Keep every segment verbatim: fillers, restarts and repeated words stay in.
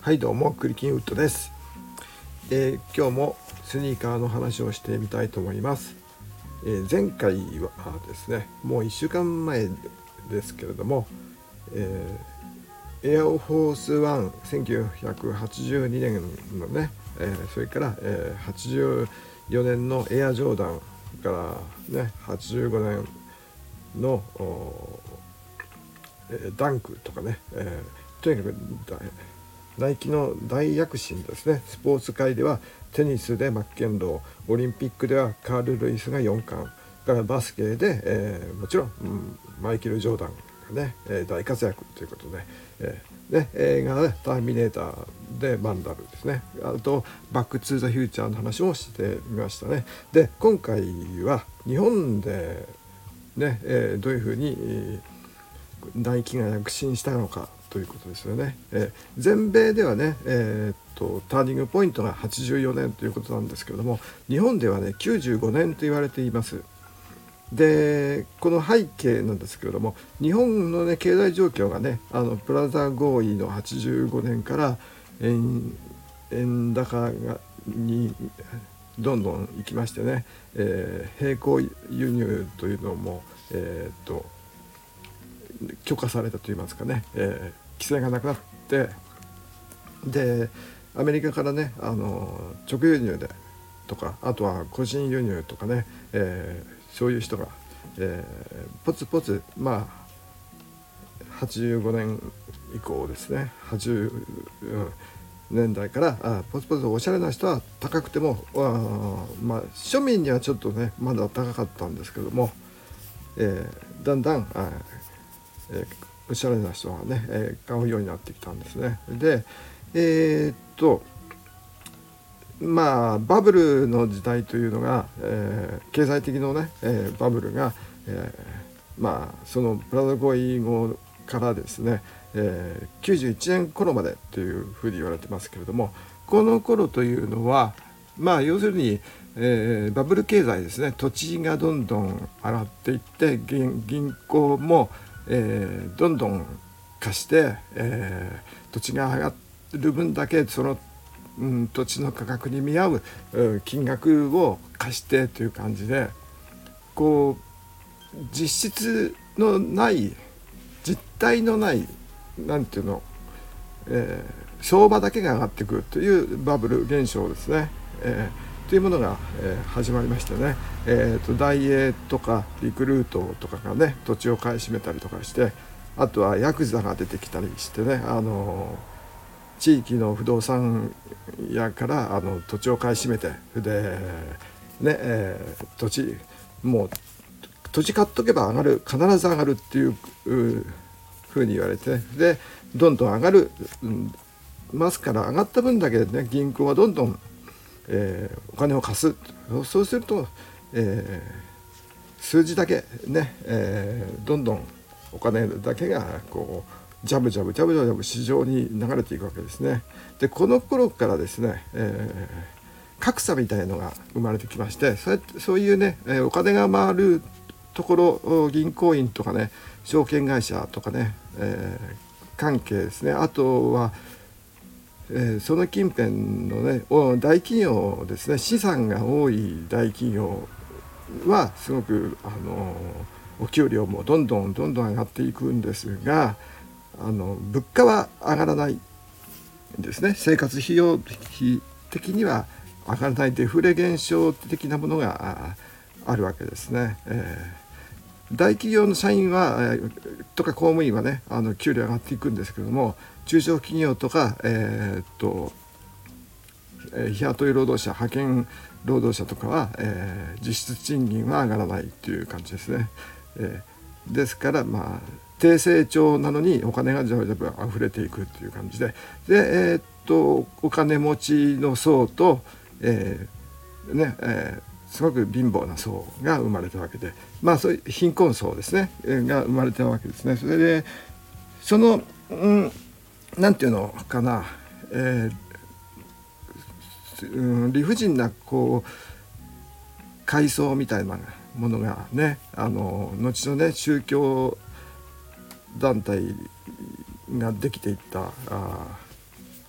はいどうもクリキンウッドです、えー、今日もスニーカーの話をしてみたいと思います、えー、前回はですねもういっしゅうかんまえですけれども、えー、エアフォースワンせんきゅうひゃくはちじゅうにねんのね、えー、それから、えー、はちじゅうよねんのエアジョーダンからねはちじゅうごねんの、えー、ダンクとかね、えー、とにかくナイキの大躍進ですね。スポーツ界ではテニスでマッケンロー、オリンピックではカール・ルイスがよん冠からバスケで、えー、もちろん、うん、マイケル・ジョーダンがね、えー、大活躍ということで、えーね、映画でターミネーターでバンダルですね、あとバック・トゥ・ザ・フューチャーの話もしてみましたね。で今回は日本でね、えー、どういうふうに、えー、ナイキが躍進したのかということですよね。えー、全米ではね、えー、っとターニングポイントがはちじゅうよねんということなんですけれども、日本ではねきゅうじゅうごねんと言われています。でこの背景なんですけれども、日本の、ね、経済状況がねあのプラザ合意のはちじゅうごねんから円、円高がにどんどん行きましてね、えー、並行輸入というのも、えー、っと許可されたといいますかね、えー、規制がなくなって、でアメリカからねあの直輸入でとか、あとは個人輸入とかね、えー、そういう人が、えー、ポツポツまあはちじゅうごねん以降ですね、はちじゅうねんだいからあポツポツおしゃれな人は高くてもあ、まあ、庶民にはちょっとねまだ高かったんですけども、えー、だんだんあえー、おしゃれな人がね、えー、買うようになってきたんですね。でえー、っとまあバブルの時代というのが、えー、経済的のね、えー、バブルが、えー、まあそのプラザ合意後からですね、えー、きゅうじゅういちねん頃までというふうに言われてますけれども、この頃というのはまあ要するに、えー、バブル経済ですね。土地がどんどん上がっていって、銀、銀行もえー、どんどん貸して、えー、土地が上がる分だけその、うん、土地の価格に見合う、うん、金額を貸してという感じで、こう実質のない実体のないなんていうの、えー、相場だけが上がってくるというバブル現象ですね。えーというものが、えー、始まりましてね、えーと、大英とかリクルートとかがね土地を買い占めたりとかして、あとはヤクザが出てきたりしてね、あの地域の不動産屋からあの土地を買い占めて、でね、えー、土地もう土地買っとけば上がる、必ず上がるっていうふうに言われて、でどんどん上がる、うん、ますから、上がった分だけでね銀行はどんどんえー、お金を貸す。そうすると、えー、数字だけね、えー、どんどんお金だけがこうジャブジャブジャブジャブ市場に流れていくわけですね。でこの頃からですね、えー、格差みたいのが生まれてきまして、そうやってそういうね、えー、お金が回るところ、銀行員とかね、証券会社とかね、えー、関係ですね、あとはえー、その近辺のね大企業ですね、資産が多い大企業はすごくあのお給料もどんどんどんどん上がっていくんですが、あの物価は上がらないんですね。生活費用費的には上がらないデフレ現象的なものがあるわけですね。えー大企業の社員はとか公務員はねあの給料上がっていくんですけども、中小企業とか、えー、っと日雇い労働者、派遣労働者とかは、えー、実質賃金は上がらないという感じですね。えー、ですからまあ低成長なのにお金がジャブジャブ溢れていくという感じで、で、えー、っとお金持ちの層と、えー、ねえーすごく貧乏な層が生まれたわけで、まあそういう貧困層ですねが生まれたわけですね。それでその、うん、なんていうのかな、えーうん、理不尽なこう階層みたいなものがね、あの後のね宗教団体ができていったあ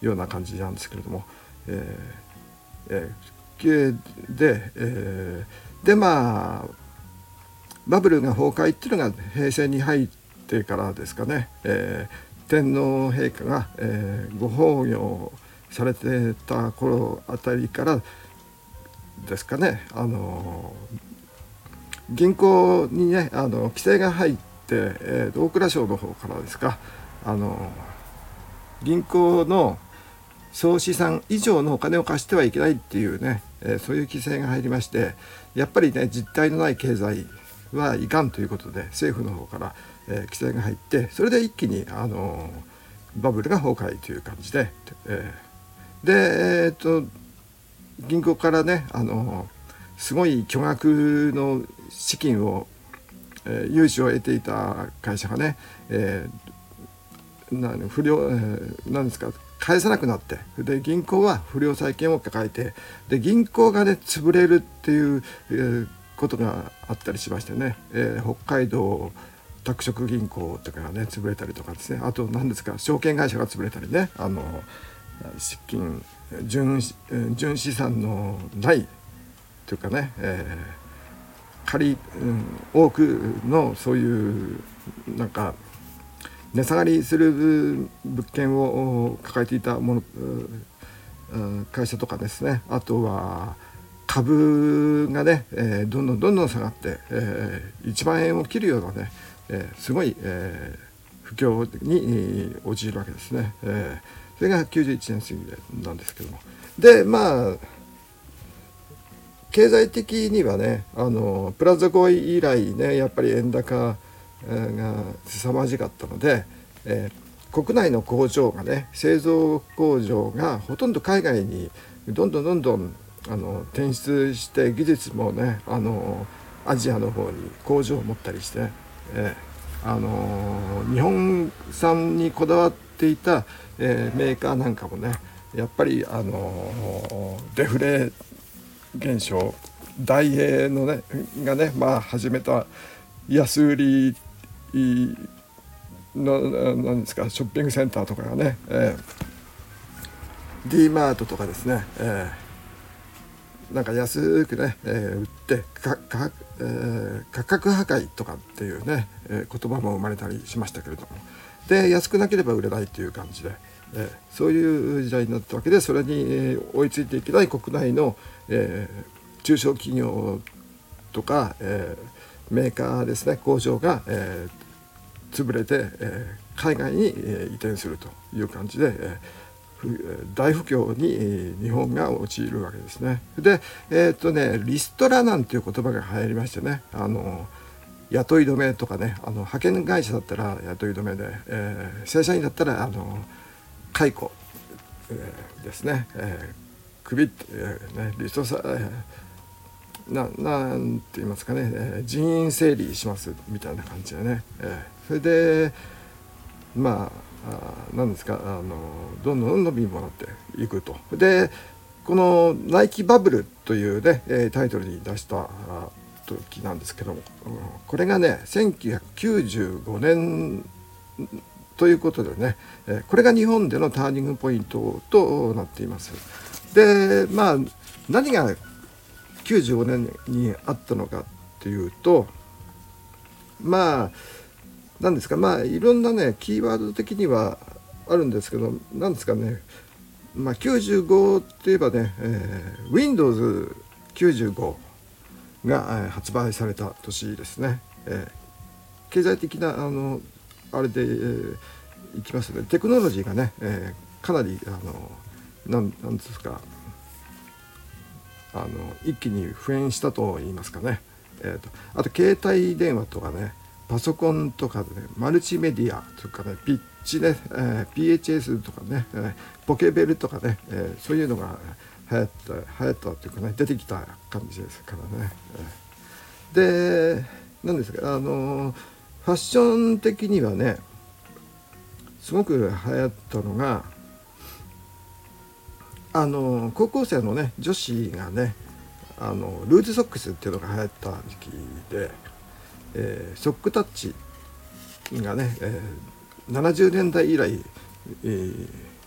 ような感じなんですけれども、えーえー、で、えー、でまあバブルが崩壊っていうのが平成に入ってからですかね、えー、天皇陛下が、えー、ご崩御されてた頃あたりからですかね、あの銀行にねあの規制が入って、えー、大蔵省の方からですか、あの銀行の総資産以上のお金を貸してはいけないっていうね、えー、そういう規制が入りまして、やっぱりね実体のない経済はいかんということで政府の方から、えー、規制が入って、それで一気に、あのバブルが崩壊という感じで、えー、で、えー、っと銀行からね、あのすごい巨額の資金を、えー、融資を得ていた会社がね、えー、な不良、えー、なんですか返さなくなって、で銀行は不良債権を抱えて、で銀行がね潰れるっていう、えー、ことがあったりしましてね、えー、北海道拓殖銀行とかがね潰れたりとかですね、あと何ですか証券会社が潰れたりね、あの資金純、純資産のないというかね、えー、仮、うん、多くのそういうなんか値下がりする物件を抱えていたもの会社とかですね、あとは株がね、えー、どんどんどんどん下がって、えー、いちまんえんを切るようなね、えー、すごい、えー、不況に陥るわけですね、えー、それがきゅうじゅういちねん過ぎでなんですけども、でまあ経済的にはね、あのプラザ合意以来ねやっぱり円高が凄まじかったので、えー、国内の工場がね製造工場がほとんど海外にどんどんどんどんあの転出して、技術もねあのアジアの方に工場を持ったりして、えー、あの日本産にこだわっていた、えー、メーカーなんかもねやっぱりあのデフレ現象、大英のねがね、まあ、始めた安売りのなんですかショッピングセンターとかがね、えー、D マートとかですね、えー、なんか安くね、えー、売ってかか、えー、価格破壊とかっていうね、えー、言葉も生まれたりしましたけれども、で安くなければ売れないという感じで、えー、そういう時代になったわけで、それに、えー、追いついていけない国内の、えー、中小企業とか、えー、メーカーですね工場が、えー、潰れて、えー、海外に、えー、移転するという感じで、えー、大不況に、えー、日本が陥るわけですね。で、えーっとね、リストラなんていう言葉が流行りましてね、あの雇い止めとかね、あの派遣会社だったら雇い止めで、えー、正社員だったらあの解雇、えー、ですね、えー、首って、えーね、リストさ、えー、な, なんて言いますかね、えー、人員整理しますみたいな感じでね、えー、それでまあなんですか、あのどんどんどんどん貧乏になっていくと。でこのナイキバブルというね、えー、タイトルに出した時なんですけども、これがねせんきゅうひゃくきゅうじゅうごねんということでね、これが日本でのターニングポイントとなっています。でまあ何がきゅうじゅうごねんにあったのかっていうと、まあ何ですか、まあいろんなねキーワード的にはあるんですけど、何ですかね、まあ、きゅうじゅうごっていえばね、えー、ウィンドウズきゅうじゅうご が、えー、発売された年ですね。えー、経済的なあのあれで、えー、いきますね。テクノロジーがね、えー、かなりあのなんなんですか、あの一気に普遍したと言いますかね。えーと、あと携帯電話とかね、パソコンとかで、ね、マルチメディアとかね、ピッチね、えー、ピーエイチエス とかね、えー、ポケベルとかね、えー、そういうのが流行った流行ったというかね、出てきた感じですからね。えー、でなんですか、あのファッション的にはねすごく流行ったのが、あの高校生のね女子がね、あのルーズソックスっていうのが流行った時期で、えー、ソックタッチがね、えー、ななじゅうねんだい以来、えー、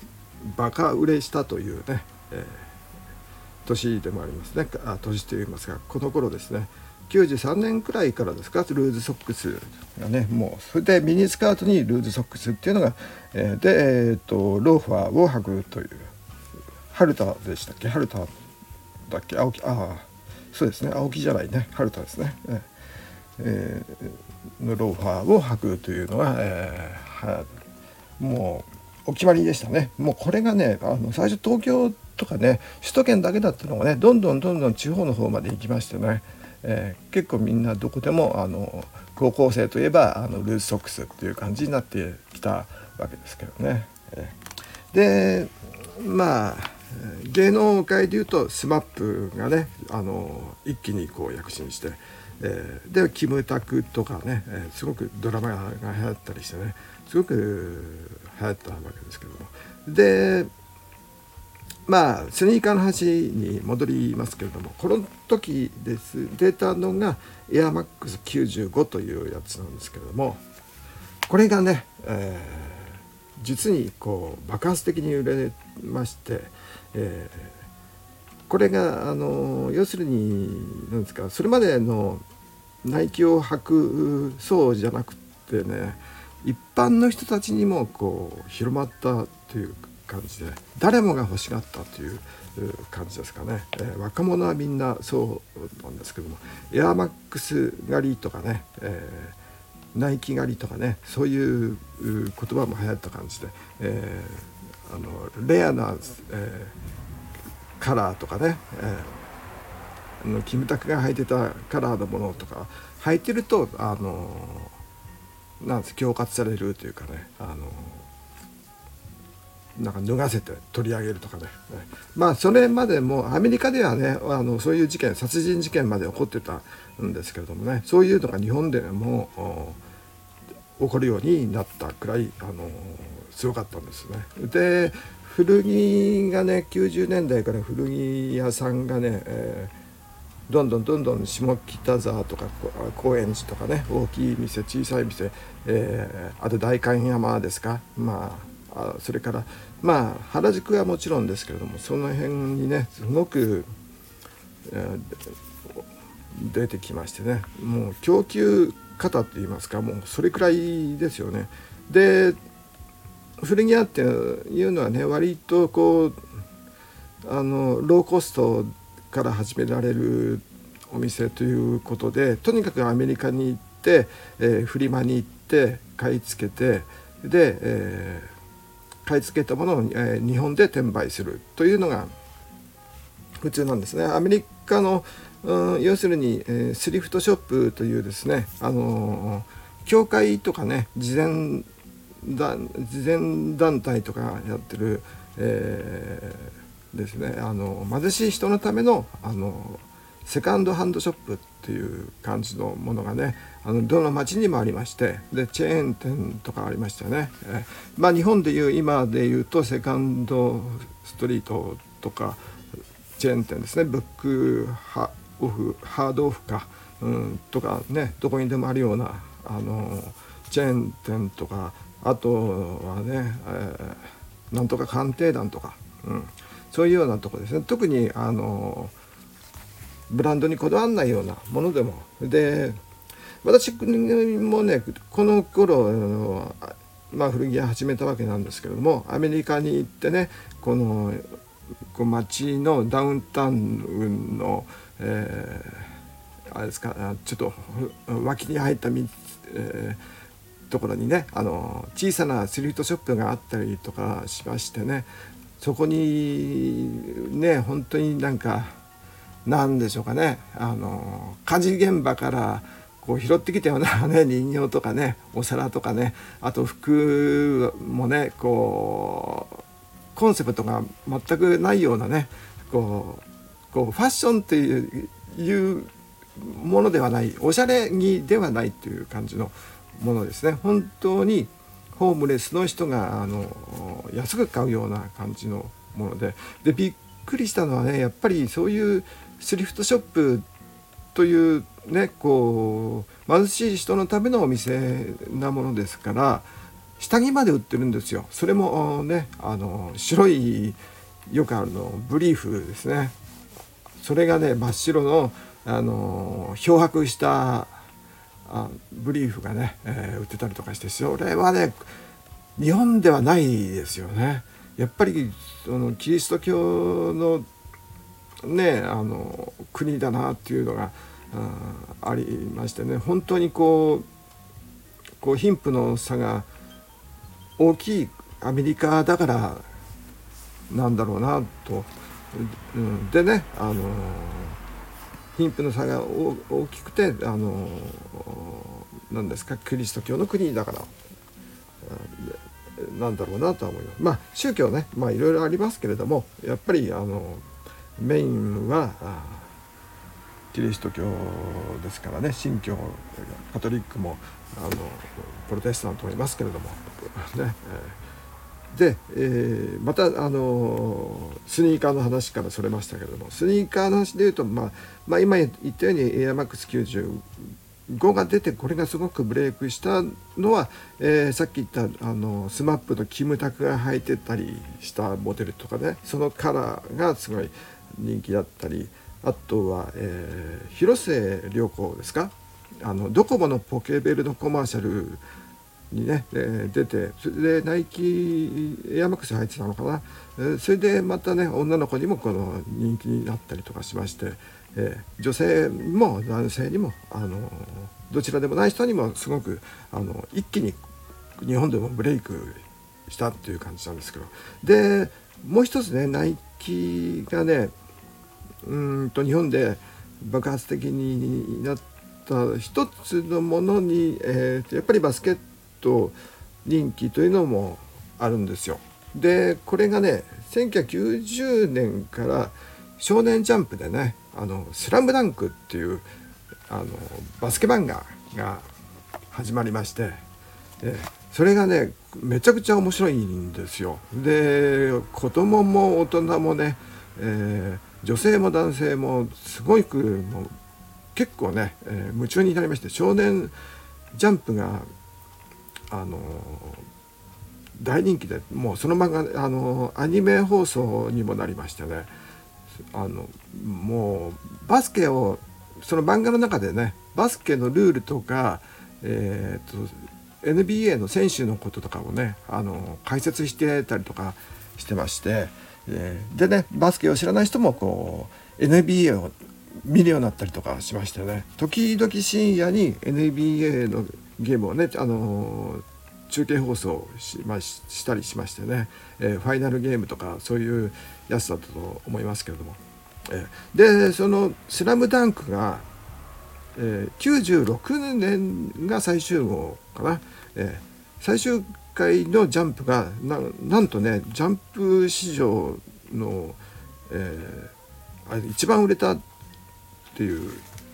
バカ売れしたというね、えー、年でもありますね。あ年といいますが、この頃ですね、きゅうじゅうさんねんくらいからですか、ルーズソックスがね、もうそれでミニスカートにルーズソックスっていうのが、えー、で、えー、とローファーを履くという、春田でしたっけ、春田だっけ、青木、ああそうですね、青木じゃないね、春田ですね、ええー、のローファーを履くというのが、えー、はもうお決まりでしたね。もうこれがね、あの最初東京とかね、首都圏だけだったのがね、どんどんどんどん地方の方まで行きましてね、えー、結構みんなどこでもあの高校生といえばあのルーズソックスっていう感じになってきたわけですけどね。えー、でまあ芸能界でいうとスマップがね、あの一気にこう躍進して、えー、でキムタクとかね、えー、すごくドラマが流行ったりしてね、すごく流行ったわけですけども、でまあスニーカーの話に戻りますけれども、この時です出たのがエアマックスきゅうじゅうごというやつなんですけれども、これがね、えー、実にこう爆発的に売れまして、えー、これがあの要するに何ですか、それまでのナイキを履く層じゃなくてね、一般の人たちにもこう広まったという感じで、誰もが欲しがったという感じですかね。えー、若者はみんなそうなんですけども、エアマックス狩りとかね、えー、ナイキ狩りとかね、そういう言葉も流行った感じで、えー、あのレアな、えー、カラーとかね、えー、あのキムタクが履いてたカラーのものとか履いてると、あのなんです恐喝されるというかね、あのなんか脱がせて取り上げるとかね、まあそれまでもアメリカではね、あのそういう事件、殺人事件まで起こってたんですけれどもね、そういうのが日本でも起こるようになったくらい、あのすごかったんですね。で古着がね、きゅうじゅうねんだいから古着屋さんがね、えー、どんどんどんどん下北沢とか高円寺とかね、大きい店小さい店、えー、あと代官山ですか、まああそれからまあ原宿はもちろんですけれども、その辺にねすごく、えー、出てきましてね、もう供給方って言いますか、もうそれくらいですよね。で古着屋っていうのはね、割とこうあのローコストから始められるお店ということで、とにかくアメリカに行って、えー、フリマに行って買い付けて、で、えー、買い付けたものを、えー、日本で転売するというのが普通なんですね。アメリカの、うん、要するに、えー、スリフトショップというですね、あのー、教会とかね、慈善だ慈善団体とかやってる、えー、ですね、あの貧しい人のためのあのセカンドハンドショップっていう感じのものがね、あのどの町にもありまして、でチェーン店とかありましたよね。えー、まあ日本でいう今でいうとセカンドストリートとかチェーン店ですね、ブックハオフハードオフか、うん、とかね、どこにでもあるようなあのチェーン店とか、あとはね、えー、なんとか鑑定団とか、うん、そういうようなところですね。特にあのブランドにこだわらないようなものでも、で私もねこの頃、まあ、古着屋始めたわけなんですけれども、アメリカに行ってね、このこう街のダウンタウンの、えー、あれですか、ちょっと脇に入った道、えーところにね、あの小さなスリートショップがあったりとかしましてね、そこにね本当になんかなんでしょうかね、あの火事現場からこう拾ってきたような、ね、人形とかね、お皿とかね、あと服もね、こうコンセプトが全くないようなね、こうこうファッションっていういうものではない、おしゃれ着ではないっていう感じのものですね。本当にホームレスの人があの安く買うような感じのもので、でびっくりしたのはね、やっぱりそういうスリフトショップというね、こう貧しい人のためのお店なものですから、 下着まで売ってるんですよ。それもね、あの白いよくあるのブリーフですね。それがね真っ白の、あの漂白したあブリーフがね、えー、売ってたりとかして、それはね日本ではないですよね。やっぱりそのキリスト教のねあの国だなっていうのが あ, ありましてね、本当にこうこう貧富の差が大きいアメリカだからなんだろうなと、うん、でねあの貧富の差が大きくて、あのなんですか、キリスト教の国だからなんだろうなとは思います。まあ宗教ね、まあいろいろありますけれども、やっぱりあのメインはキリスト教ですからね。神教カトリックもあのプロテスタントもいますけれどもね。で、えー、またあのスニーカーの話からそれましたけれども、スニーカーの話でいうと、まあ、まあ今言ったように エアマックスきゅうじゅうご が出て、これがすごくブレイクしたのは、えー、さっき言ったあのスマップのキムタクが履いてたりしたモデルとかね、そのカラーがすごい人気だったり、あとは、えー、広末涼子ですか、あのドコモのポケベルのコマーシャルにね、えー、出て、それでナイキエアマックス入ってたのかな、えー、それでまたね女の子にもこの人気になったりとかしまして、えー、女性も男性にもあのどちらでもない人にもすごくあの一気に日本でもブレイクしたっていう感じなんですけど、でもう一つね、ナイキがねうんと日本で爆発的になった一つのものに、えー、やっぱりバスケット人気というのもあるんですよ。でこれがねせんきゅうひゃくきゅうじゅうねんから少年ジャンプでね、あのスラムダンクっていうあのバスケ漫画が始まりまして、えそれがねめちゃくちゃ面白いんですよ。で子供も大人もね、えー、女性も男性もすごくもう結構ね、えー、夢中になりまして、少年ジャンプがあの大人気で、もうその漫画あのアニメ放送にもなりましてね、あのもうバスケをその漫画の中でねバスケのルールとか、えー、と エヌビーエー の選手のこととかをねあの解説してたりとかしてまして、えー、でねバスケを知らない人もこう エヌビーエー を見るようになったりとかしましてね、時々深夜に エヌビーエー のゲームをねあの中継放送 し,、まあ、したりしましてね、えー、ファイナルゲームとかそういうやつだったと思いますけれども、えー、でそのスラムダンクが、えー、きゅうじゅうろくねんが最終号かな、えー、最終回のジャンプが な, なんとねジャンプ史上の、えー、あれ一番売れたっていう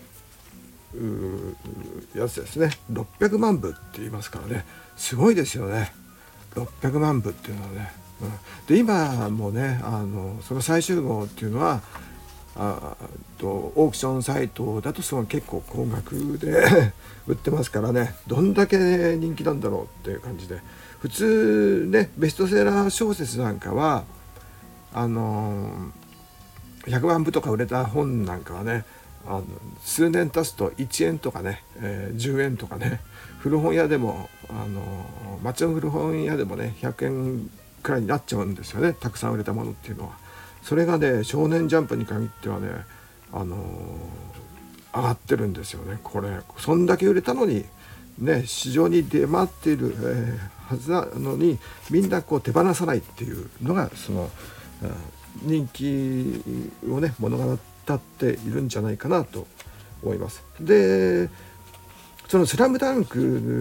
やつですね。ろっぴゃくまんぶって言いますからね、すごいですよね、ろっぴゃくまんぶっていうのはね、うん、で今もねあのその最終号っていうのはあとオークションサイトだとその結構高額で売ってますからね、どんだけ人気なんだろうっていう感じで、普通ねベストセラー小説なんかはあのひゃくまんぶとか売れた本なんかはねあの数年経つといちえんとかね、えー、じゅうえんとかね、古本屋でもあの町の古本屋でもねひゃくえんくらいになっちゃうんですよね、たくさん売れたものっていうのは。それがね少年ジャンプに限ってはねあのー、上がってるんですよね。これそんだけ売れたのにね市場に出回っている、えー、はずなのにみんなこう手放さないっていうのがその、うん、人気をね物語って立っているんじゃないかなと思います。でそのスラムダンク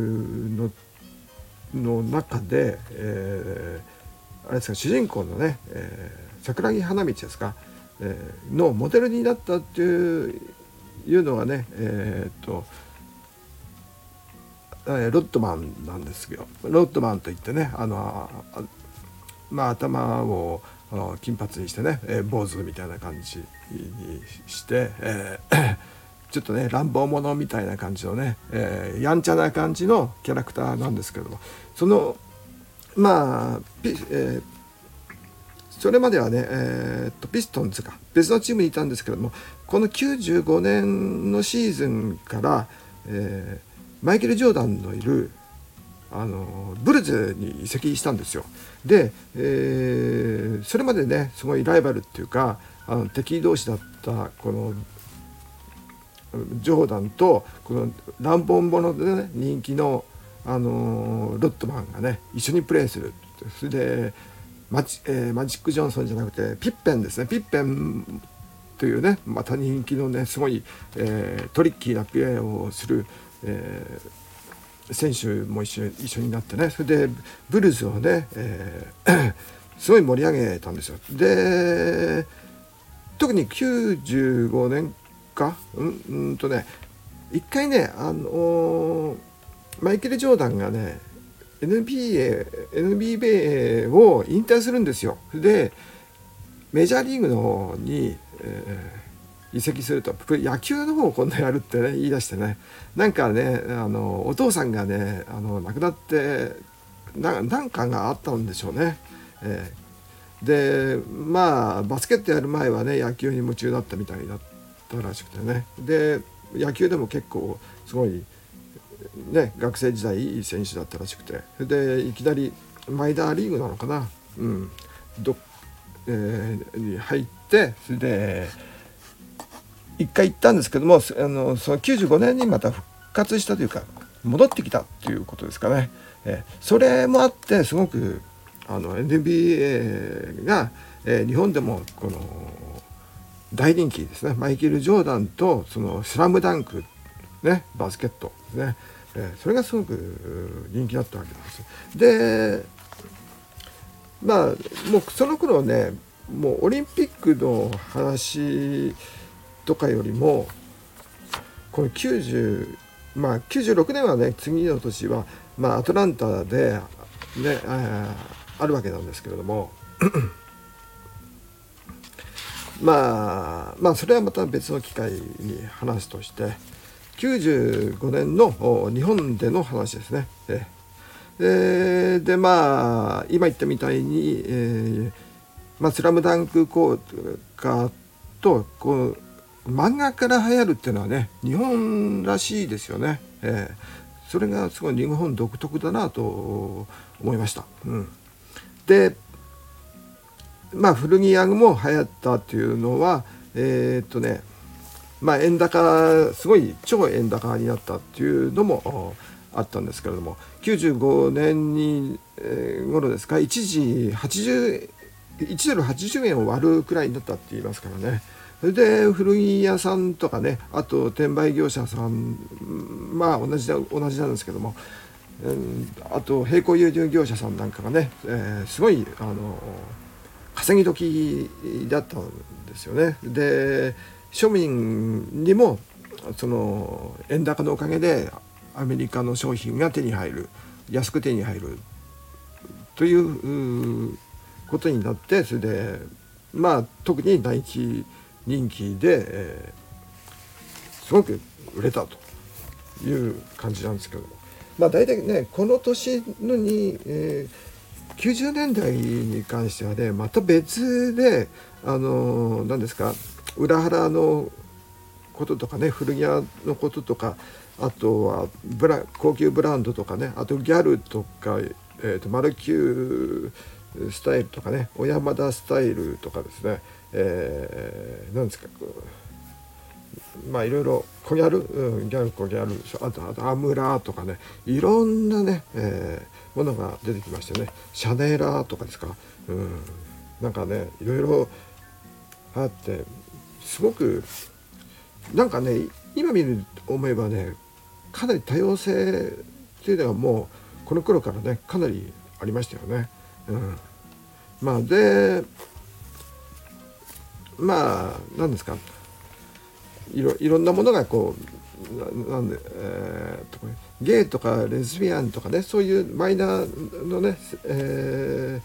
の, の中で、えー、あれですか主人公のね、えー、桜木花道ですか、えー、のモデルになったっていういうのがねえー、っとロッドマンなんですけど、ロッドマンといってねあのあまあ頭を金髪にしてね、えー、坊主みたいな感じにして、えー、ちょっとね乱暴者みたいな感じのね、えー、やんちゃな感じのキャラクターなんですけれども、そのまあピ、えー、それまではね、えー、っとピストンズか別のチームにいたんですけれども、このきゅうじゅうごねんのシーズンから、えー、マイケル・ジョーダンのいるあのブルズに移籍したんですよ。で、えー、それまでねすごいライバルっていうかあの敵同士だったこのジョーダンとこの乱暴者で、ね、人気の、あのロッドマンがね一緒にプレーする。それでマジ、えー、マジック・ジョンソンじゃなくてピッペンですね。ピッペンというねまた人気のねすごい、えー、トリッキーなプレーをする、えー、選手も一緒一緒になってね、それでブルーズをね、えー、すごい盛り上げたんですよ。で特にきゅうじゅうごねんかうんうんとね一回ねあのー、マイケル・ジョーダンがね エヌビーエー エヌビーエー を引退するんですよ。でメジャーリーグの方に、えー、移籍すると野球の方を今度やるってね言い出してね、なんかねあのお父さんがねあの亡くなってななんかがあったんでしょうね。えー、でまあバスケットやる前はね野球に夢中だったみたいだったらしくてね、で野球でも結構すごいね学生時代いい選手だったらしくて、でいきなりマイナーリーグなのかな、うんど、えー、に入って、それで一回行ったんですけども、あのそのきゅうじゅうごねんにまた復活したというか戻ってきたっていうことですかね。えー、それもあってすごくあの エヌビーエー が、えー、日本でもこの大人気ですね。マイケル・ジョーダンとそのスラムダンクねバスケットですね、えー、それがすごく人気だったわけなんです。でまあもうその頃ねもうオリンピックの話とかよりもこのきゅうじゅうまあきゅうじゅうろくねんはね次の年はまあアトランタでねあるわけなんですけれどもまあまあそれはまた別の機会に話すとして、きゅうじゅうごねんの日本での話ですね。で, でまあ今言ったみたいに、えーまあ、スラムダンク効果とこう漫画から流行るっていうのはね日本らしいですよね。えー、それがすごい日本独特だなと思いました。うん、でまあ古着屋も流行ったっていうのはえー、っとねまあ円高すごい超円高になったっていうのもあったんですけれども、きゅうじゅうごねんに、えー、頃ですか一時はちじゅういちドルはちじゅうえんを割るくらいになったって言いますからね。それで古着屋さんとかねあと転売業者さんまあ同じだ同じなんですけども、うん、あと並行輸入業者さんなんかがね、えー、すごいあの稼ぎ時だったんですよね。で庶民にもその円高のおかげでアメリカの商品が手に入る安く手に入るということになって、それでまあ特に第一人気で、えー、すごく売れたという感じなんですけども、まあ大体ねこの年のに、えー、きゅうじゅうねんだいに関してはねまた別であの何ですか裏腹のこととかね古着屋のこととかあとはブラ高級ブランドとかねあとギャルとか、えー、とマルキュースタイルとかね小山田スタイルとかですね、えー、なんですかまあいろいろ小ギャル、うん、ギャル小ギャルあとあとアムラーとかねいろんなね、えー、ものが出てきましてねシャネラーとかですか、うん、なんかねいろいろあってすごくなんかね今見る思えばねかなり多様性っていうのはもうこの頃からねかなりありましたよね。うん、まあでまあ何ですかい ろ, いろんなものがこう な, なんで、えー、とゲイとかレズビアンとかねそういうマイナーのね、え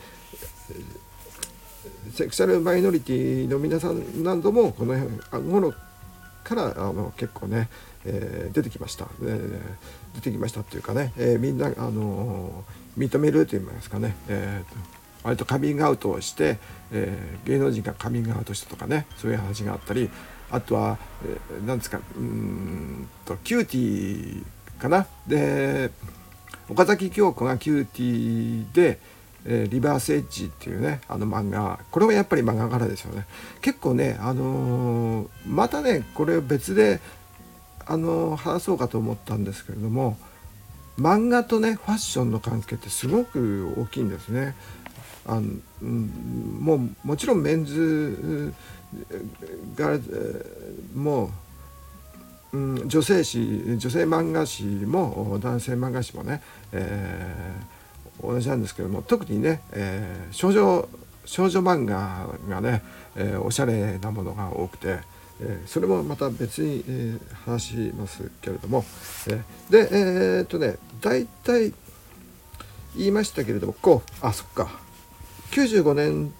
ー、セクシャルマイノリティの皆さんなどもこの頃からあの結構ね、えー、出てきました、えー、出てきましたっていうかね、えー、みんなあの認めるといいますかね、えー、と割とカミングアウトをして、えー、芸能人がカミングアウトしたとかね、そういう話があったり、あとは、えー、なんですか、うーんとキューティーかな、で岡崎京子がキューティーで、えー、リバースエッジっていうね、あの漫画、これはやっぱり漫画からですよね。結構ね、あのー、またねこれ別で、あのー、話そうかと思ったんですけれども、漫画とねファッションの関係ってすごく大きいんですね。あの、うん、もうもちろんメンズがもう、うん、女性誌女性漫画誌も男性漫画誌もね、えー、同じなんですけども、特にね、えー、少女少女漫画がね、えー、おしゃれなものが多くて、えー、それもまた別に、えー、話しますけれども、えー、でえー、っとね大体言いましたけれども、こうあそっかきゅうじゅうごねん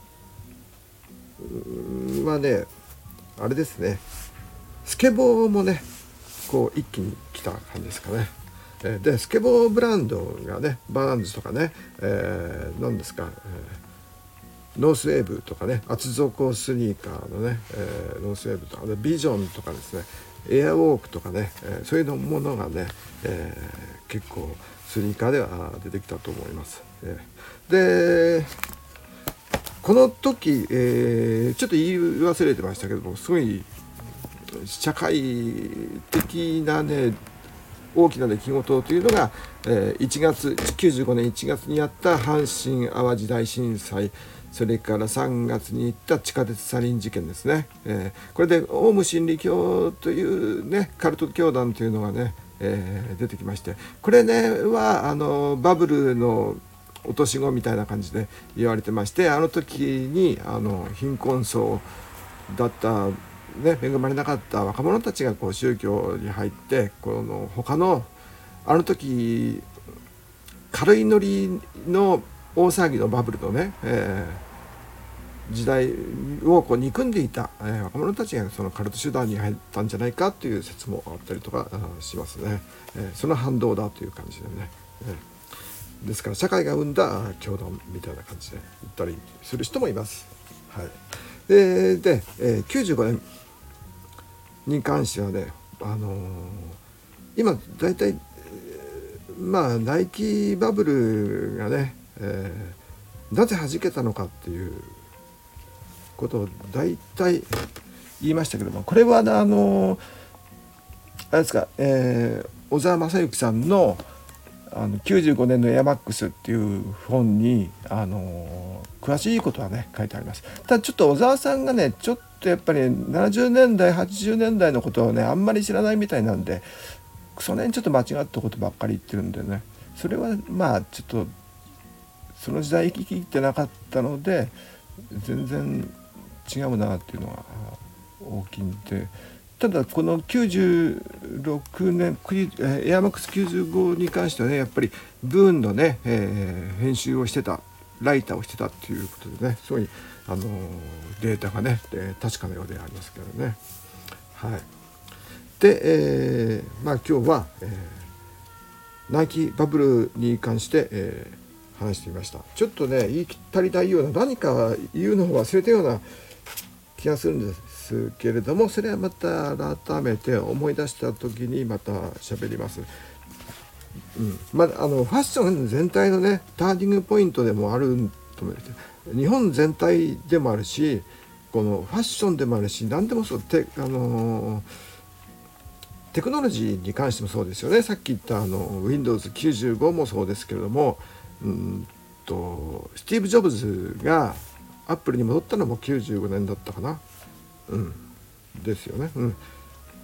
はねあれですね、スケボーもねこう一気に来た感じですかね。えー、でスケボーブランドがねバーンズとかね、えー、何ですか、えー、ノースウェーブとかね、厚底スニーカーのね、えー、ノースウェーブとかでビジョンとかですね、エアウォークとかね、えー、そういうのものがね、えー、結構スニーカーでは出てきたと思います。えー、でこの時、えー、ちょっと言い忘れてましたけども、すごい社会的なね大きな出来事というのが、えー、いちがつきゅうじゅうごねんいちがつにあった阪神・淡路大震災、それからさんがつに行った地下鉄サリン事件ですね。えー、これでオウム真理教というねカルト教団というのがね、えー、出てきまして、これねはあのバブルの落とし子みたいな感じで言われてまして、あの時にあの貧困層だったね、恵まれなかった若者たちがこう宗教に入って、この他のあの時軽いノリの大騒ぎのバブルのね、えー、時代をこう憎んでいた、えー、若者たちがそのカルト集団に入ったんじゃないかという説もあったりとかしますね。えー、その反動だという感じでね、えーですから社会が生んだ教団みたいな感じで言ったりする人もいます。はい、で, で、えー、きゅうじゅうごねんに関してはね、あのー、今だいたいまあナイキバブルがね、えー、なぜ弾けたのかっていうことをだいたい言いましたけども、これはあのー、あれですか、えー、小沢正幸さんのあのきゅうじゅうごねんのエアマックスっていう本に、あのー、詳しいことはね書いてあります。ただちょっと小沢さんがねちょっとやっぱりななじゅうねんだいはちじゅうねんだいのことをねあんまり知らないみたいなんで、その辺ちょっと間違ったことばっかり言ってるんでね、それはまあちょっとその時代生き切ってなかったので全然違うなっていうのが大きいんで、ただこのきゅうじゅうろくねんエアマックスきゅうじゅうごに関してはねやっぱりブーンのね、えー、編集をしてたライターをしてたっていうことでね、すごい、あのー、データがね確かなようでありますけどね。はい、で、えー、まあ今日は、えー、ナイキバブルに関して、えー、話してみました。ちょっとね言い足りないような何か言うのを忘れたような気がするんですけれども、それはまた改めて思い出した時にまた喋ります。うん、まあ、あのファッション全体のねターニングポイントでもあると思います。日本全体でもあるし、このファッションでもあるし、何でもそう、て、あのー、テクノロジーに関してもそうですよね。さっき言ったあの ウィンドウズきゅうじゅうご もそうですけれども、うんとスティーブ・ジョブズがアップルに戻ったのもきゅうじゅうごねんだったかな、うん、ですよね。うん、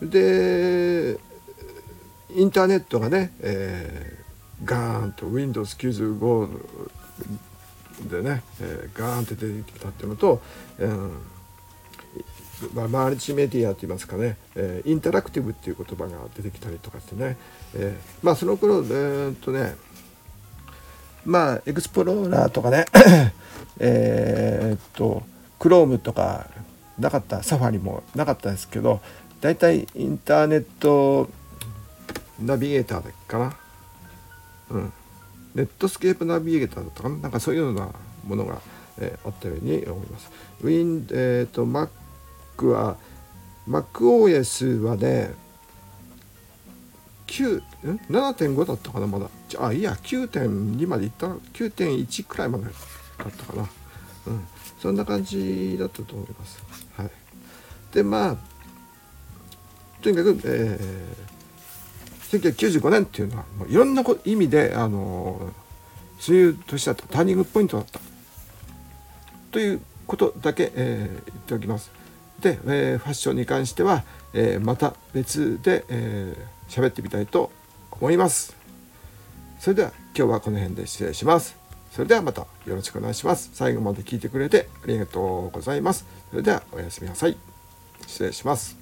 でインターネットがね、えー、ガーンと ウィンドウズきゅうじゅうご でね、えー、ガーンって出てきたっていうのと、うんまあ、マルチメディアといいますかね、えー、インタラクティブっていう言葉が出てきたりとかしてね、えー、まあその頃えー、っとねまあエクスプローラーとかねえっとクロームとかなかった、サファリもなかったですけど、だいたいインターネットナビゲーターかな、うんネットスケープナビゲーターだったかな、なんかそういうようなものが、えー、あったように思います。ウィン、えーと、Mac は MacOS はね、きゅう、ななてんご だったかな、まだ。あ、いや、きゅうてんに までいった、きゅうてんいち くらいまでだったかな。うん、そんな感じだったと思います。はい。で、まあ、とにかく、えー、せんきゅうひゃくきゅうじゅうごねんっていうのは、もういろんな意味で、あのー、そういう年だった、ターニングポイントだった。ということだけ、えー、言っておきます。で、えー、ファッションに関しては、えー、また別で、えー、喋ってみたいと思います。それでは今日はこの辺で失礼します。それではまたよろしくお願いします。最後まで聞いてくれてありがとうございます。それではおやすみなさい。失礼します。